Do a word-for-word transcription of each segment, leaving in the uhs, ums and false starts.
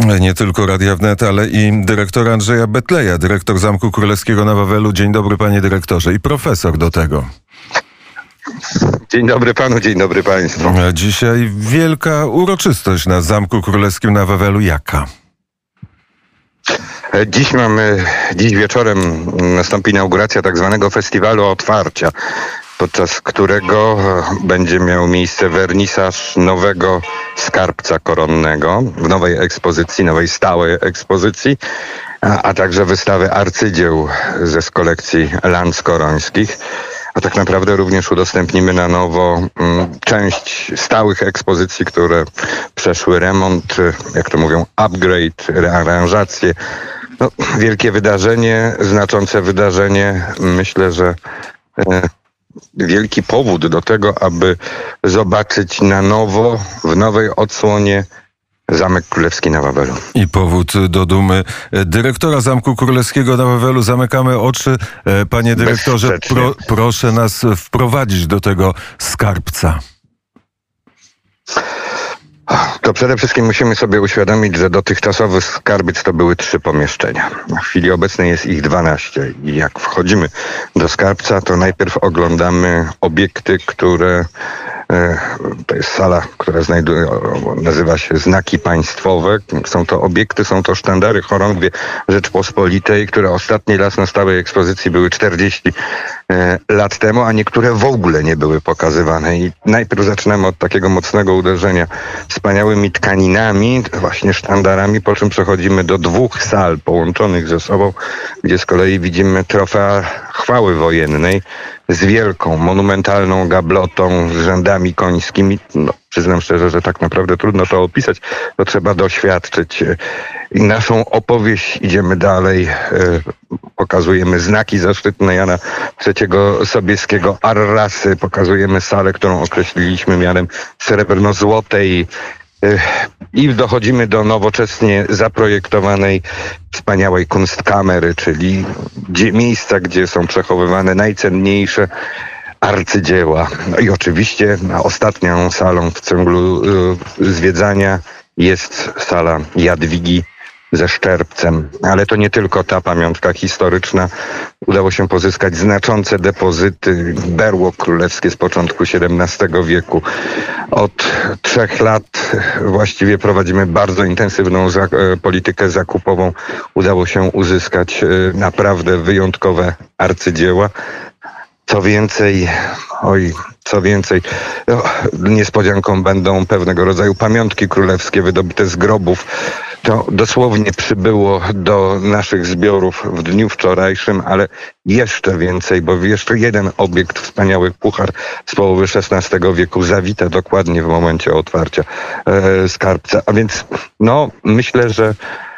Nie tylko Radia Wnet, ale i dyrektora Andrzeja Betleja, dyrektor Zamku Królewskiego na Wawelu. Dzień dobry, panie dyrektorze, i profesor do tego. Dzień dobry panu, dzień dobry państwu. Dzisiaj wielka uroczystość na Zamku Królewskim na Wawelu. Jaka? Dziś mamy, dziś wieczorem nastąpi inauguracja tak zwanego festiwalu otwarcia, podczas którego będzie miał miejsce wernisaż nowego skarbca koronnego w nowej ekspozycji, nowej stałej ekspozycji, a, a także wystawy arcydzieł ze z kolekcji Lanz Korońskich. A tak naprawdę również udostępnimy na nowo mm, część stałych ekspozycji, które przeszły remont, jak to mówią, upgrade, rearanżację. No, wielkie wydarzenie, znaczące wydarzenie. Myślę, że e, wielki powód do tego, aby zobaczyć na nowo, w nowej odsłonie Zamek Królewski na Wawelu. I powód do dumy dyrektora Zamku Królewskiego na Wawelu. Zamykamy oczy. Panie dyrektorze, pro, proszę nas wprowadzić do tego skarbca. To przede wszystkim musimy sobie uświadomić, że dotychczasowy skarbiec to były trzy pomieszczenia. W chwili obecnej jest ich dwanaście i jak wchodzimy do skarbca, to najpierw oglądamy obiekty, które to jest sala, która znajduje, nazywa się Znaki Państwowe. Są to obiekty, są to sztandary chorągwie Rzeczpospolitej, które ostatni raz na stałej ekspozycji były czterdzieści lat temu, a niektóre w ogóle nie były pokazywane. I najpierw zaczynamy od takiego mocnego uderzenia wspaniałymi tkaninami, właśnie sztandarami, po czym przechodzimy do dwóch sal połączonych ze sobą, gdzie z kolei widzimy trofea chwały wojennej z wielką, monumentalną gablotą, z rzędami końskimi. No, przyznam szczerze, że tak naprawdę trudno to opisać, to trzeba doświadczyć. I naszą opowieść idziemy dalej. Pokazujemy znaki zaszczytne Jana trzeciego Sobieskiego, Arrasy. Pokazujemy salę, którą określiliśmy mianem srebrno-złotej. I dochodzimy do nowoczesnie zaprojektowanej, wspaniałej kunstkamery, czyli gdzie, miejsca, gdzie są przechowywane najcenniejsze arcydzieła. No i oczywiście ostatnią salą w cyklu y, zwiedzania jest sala Jadwigi ze Szczerbcem. Ale to nie tylko ta pamiątka historyczna. Udało się pozyskać znaczące depozyty, berło królewskie z początku siedemnastego wieku. Od trzech lat właściwie prowadzimy bardzo intensywną za- politykę zakupową. Udało się uzyskać naprawdę wyjątkowe arcydzieła. Co więcej, oj, co więcej, no, niespodzianką będą pewnego rodzaju pamiątki królewskie wydobyte z grobów. To dosłownie przybyło do naszych zbiorów w dniu wczorajszym, ale jeszcze więcej, bo jeszcze jeden obiekt, wspaniały puchar z połowy szesnastego wieku, zawita dokładnie w momencie otwarcia e, skarbca. A więc, no, myślę, że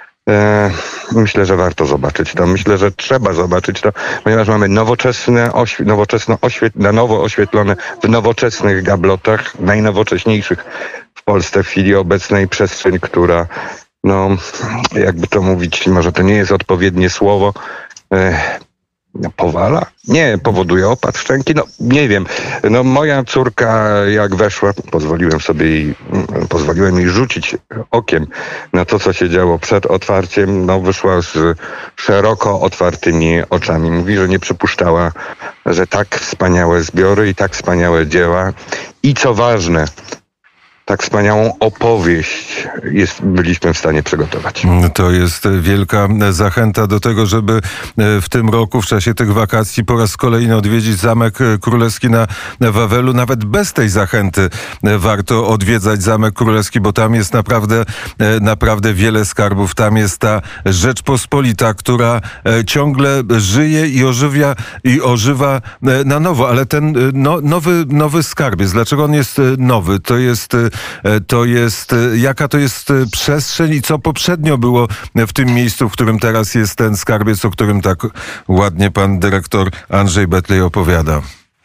E, myślę, że warto zobaczyć to. Myślę, że trzeba zobaczyć to, ponieważ mamy nowoczesne, oświe- nowoczesno oświet- na nowo oświetlone w nowoczesnych gablotach, najnowocześniejszych w Polsce w chwili obecnej przestrzeń, która, no, jakby to mówić, może to nie jest odpowiednie słowo, e, powala? Nie, powoduje opad szczęki? No, nie wiem. No, moja córka jak weszła, pozwoliłem sobie jej, pozwoliłem jej rzucić okiem na to, co się działo przed otwarciem. No, wyszła z szeroko otwartymi oczami. Mówi, że nie przypuszczała, że tak wspaniałe zbiory i tak wspaniałe dzieła i co ważne, tak wspaniałą opowieść jest, byliśmy w stanie przygotować. To jest wielka zachęta do tego, żeby w tym roku, w czasie tych wakacji, po raz kolejny odwiedzić Zamek Królewski na Wawelu. Nawet bez tej zachęty warto odwiedzać Zamek Królewski, bo tam jest naprawdę, naprawdę wiele skarbów. Tam jest ta Rzeczpospolita, która ciągle żyje i ożywia i ożywa na nowo. Ale ten no, nowy, nowy skarbiec, dlaczego on jest nowy? To jest To jest, jaka to jest przestrzeń i co poprzednio było w tym miejscu, w którym teraz jest ten skarbiec, o którym tak ładnie pan dyrektor Andrzej Betlej opowiada?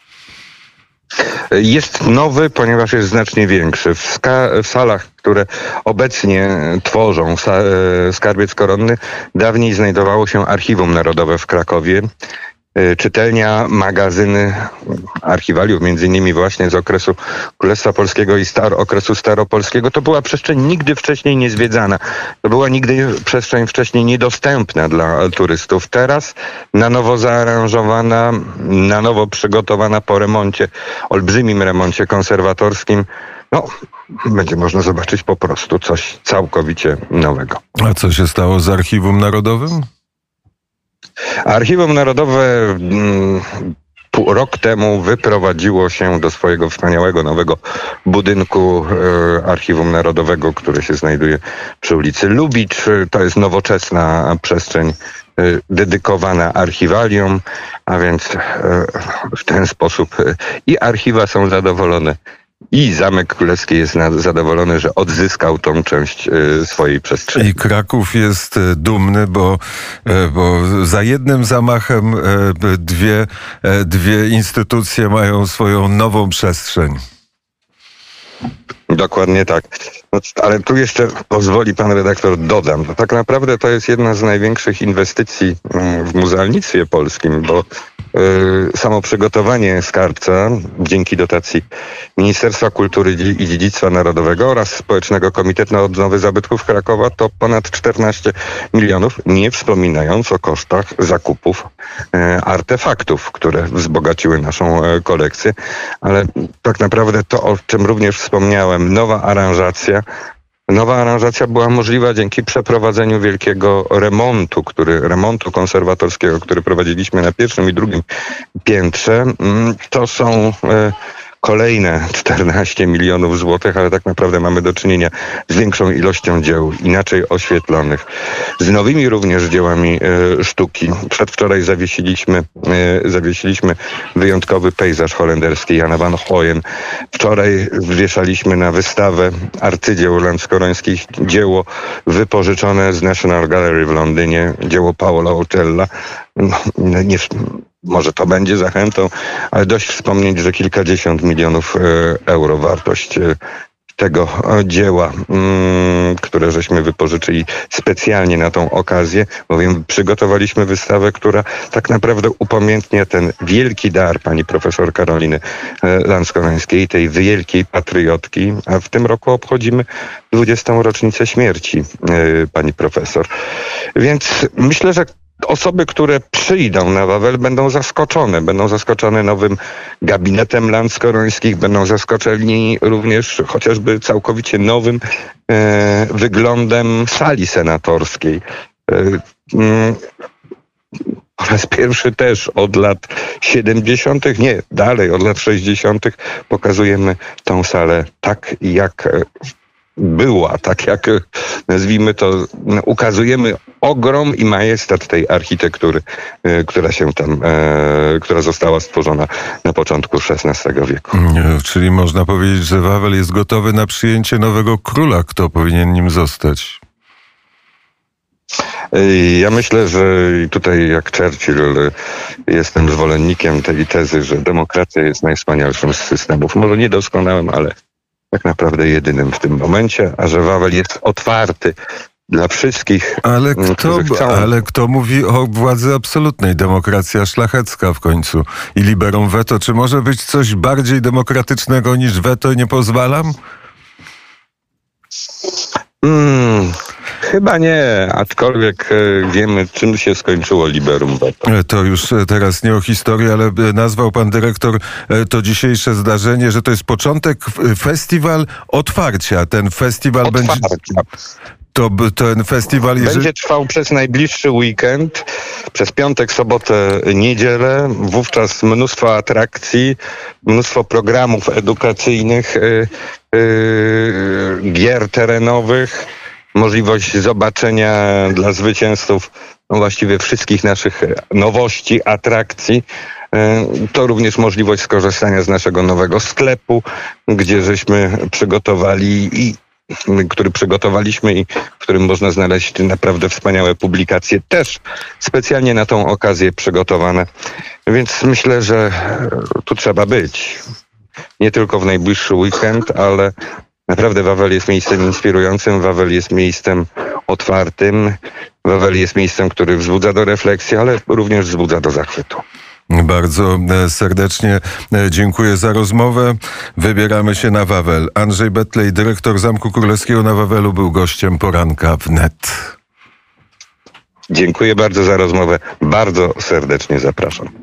Jest nowy, ponieważ jest znacznie większy. W, ska- w salach, które obecnie tworzą sa- skarbiec koronny, dawniej znajdowało się Archiwum Narodowe w Krakowie. czytelnia, magazyny, archiwaliów, między innymi właśnie z okresu Królestwa Polskiego i star- okresu staropolskiego. To była przestrzeń nigdy wcześniej niezwiedzana. To była nigdy przestrzeń wcześniej niedostępna dla turystów. Teraz na nowo zaaranżowana, na nowo przygotowana po remoncie, olbrzymim remoncie konserwatorskim, no, będzie można zobaczyć po prostu coś całkowicie nowego. A co się stało z Archiwum Narodowym? Archiwum Narodowe mm, pół, rok temu wyprowadziło się do swojego wspaniałego nowego budynku e, Archiwum Narodowego, które się znajduje przy ulicy Lubicz. To jest nowoczesna przestrzeń e, dedykowana archiwaliom, a więc e, w ten sposób e, i archiwa są zadowolone, i Zamek Królewski jest zadowolony, że odzyskał tą część y, swojej przestrzeni. I Kraków jest dumny, bo, bo za jednym zamachem dwie, dwie instytucje mają swoją nową przestrzeń. Dokładnie tak. No, ale tu jeszcze pozwoli pan redaktor, dodam. No, tak naprawdę to jest jedna z największych inwestycji w muzealnictwie polskim, bo y, samo przygotowanie skarbca dzięki dotacji Ministerstwa Kultury i Dziedzictwa Narodowego oraz Społecznego Komitetu na Odnowę Zabytków Krakowa to ponad czternaście milionów, nie wspominając o kosztach zakupów y, artefaktów, które wzbogaciły naszą y, kolekcję. Ale tak naprawdę to, o czym również wspomniałem, nowa aranżacja. Nowa aranżacja była możliwa dzięki przeprowadzeniu wielkiego remontu, który, remontu konserwatorskiego, który prowadziliśmy na pierwszym i drugim piętrze. To są e, kolejne czternaście milionów złotych, ale tak naprawdę mamy do czynienia z większą ilością dzieł, inaczej oświetlonych, z nowymi również dziełami e, sztuki. Przedwczoraj zawiesiliśmy, e, zawiesiliśmy wyjątkowy pejzaż holenderski Jana van Hoyen. Wczoraj wieszaliśmy na wystawę arcydzieł landskorońskich dzieło wypożyczone z National Gallery w Londynie, dzieło Paola Ucella. No, nie, może to będzie zachętą, ale dość wspomnieć, że kilkadziesiąt milionów euro wartość tego dzieła, które żeśmy wypożyczyli specjalnie na tą okazję, bowiem przygotowaliśmy wystawę, która tak naprawdę upamiętnia ten wielki dar pani profesor Karoliny Landskorońskiej, tej wielkiej patriotki, a w tym roku obchodzimy dwudziestą rocznicę śmierci pani profesor. Więc myślę, że osoby, które przyjdą na Wawel, będą zaskoczone. Będą zaskoczone nowym gabinetem Landskorońskich, będą zaskoczeni również chociażby całkowicie nowym e, wyglądem sali senatorskiej. E, mm, po raz pierwszy też od lat siedemdziesiątych, nie, dalej od lat sześćdziesiątych pokazujemy tą salę tak, jak była, tak jak, nazwijmy to, ukazujemy ogrom i majestat tej architektury, która się tam, e, która została stworzona na początku szesnastego wieku. Czyli można powiedzieć, że Wawel jest gotowy na przyjęcie nowego króla. Kto powinien nim zostać? Ja myślę, że tutaj jak Churchill jestem zwolennikiem tej tezy, że demokracja jest najwspanialszym z systemów. Może niedoskonałym, ale tak naprawdę jedynym w tym momencie, a że Wawel jest otwarty dla wszystkich. Ale kto, chcą... ale kto mówi o władzy absolutnej? Demokracja szlachecka w końcu i liberum veto. Czy może być coś bardziej demokratycznego niż weto? Nie pozwalam? Hmm, chyba nie, aczkolwiek wiemy, czym się skończyło liberum veto. To już teraz nie o historii, ale nazwał pan dyrektor to dzisiejsze zdarzenie, że to jest początek festiwal otwarcia. Ten festiwal Otwarcia. będzie... To ten festiwal... Będzie jeżeli... trwał przez najbliższy weekend, przez piątek, sobotę, niedzielę. Wówczas mnóstwo atrakcji, mnóstwo programów edukacyjnych, yy, yy, gier terenowych, możliwość zobaczenia dla zwycięzców no właściwie wszystkich naszych nowości, atrakcji. To również możliwość skorzystania z naszego nowego sklepu, gdzie żeśmy przygotowali i który przygotowaliśmy i w którym można znaleźć naprawdę wspaniałe publikacje, też specjalnie na tą okazję przygotowane. Więc myślę, że tu trzeba być. Nie tylko w najbliższy weekend, ale naprawdę Wawel jest miejscem inspirującym, Wawel jest miejscem otwartym, Wawel jest miejscem, który wzbudza do refleksji, ale również wzbudza do zachwytu. Bardzo serdecznie dziękuję za rozmowę. Wybieramy się na Wawel. Andrzej Betlej, dyrektor Zamku Królewskiego na Wawelu, był gościem Poranka Wnet. Dziękuję bardzo za rozmowę. Bardzo serdecznie zapraszam.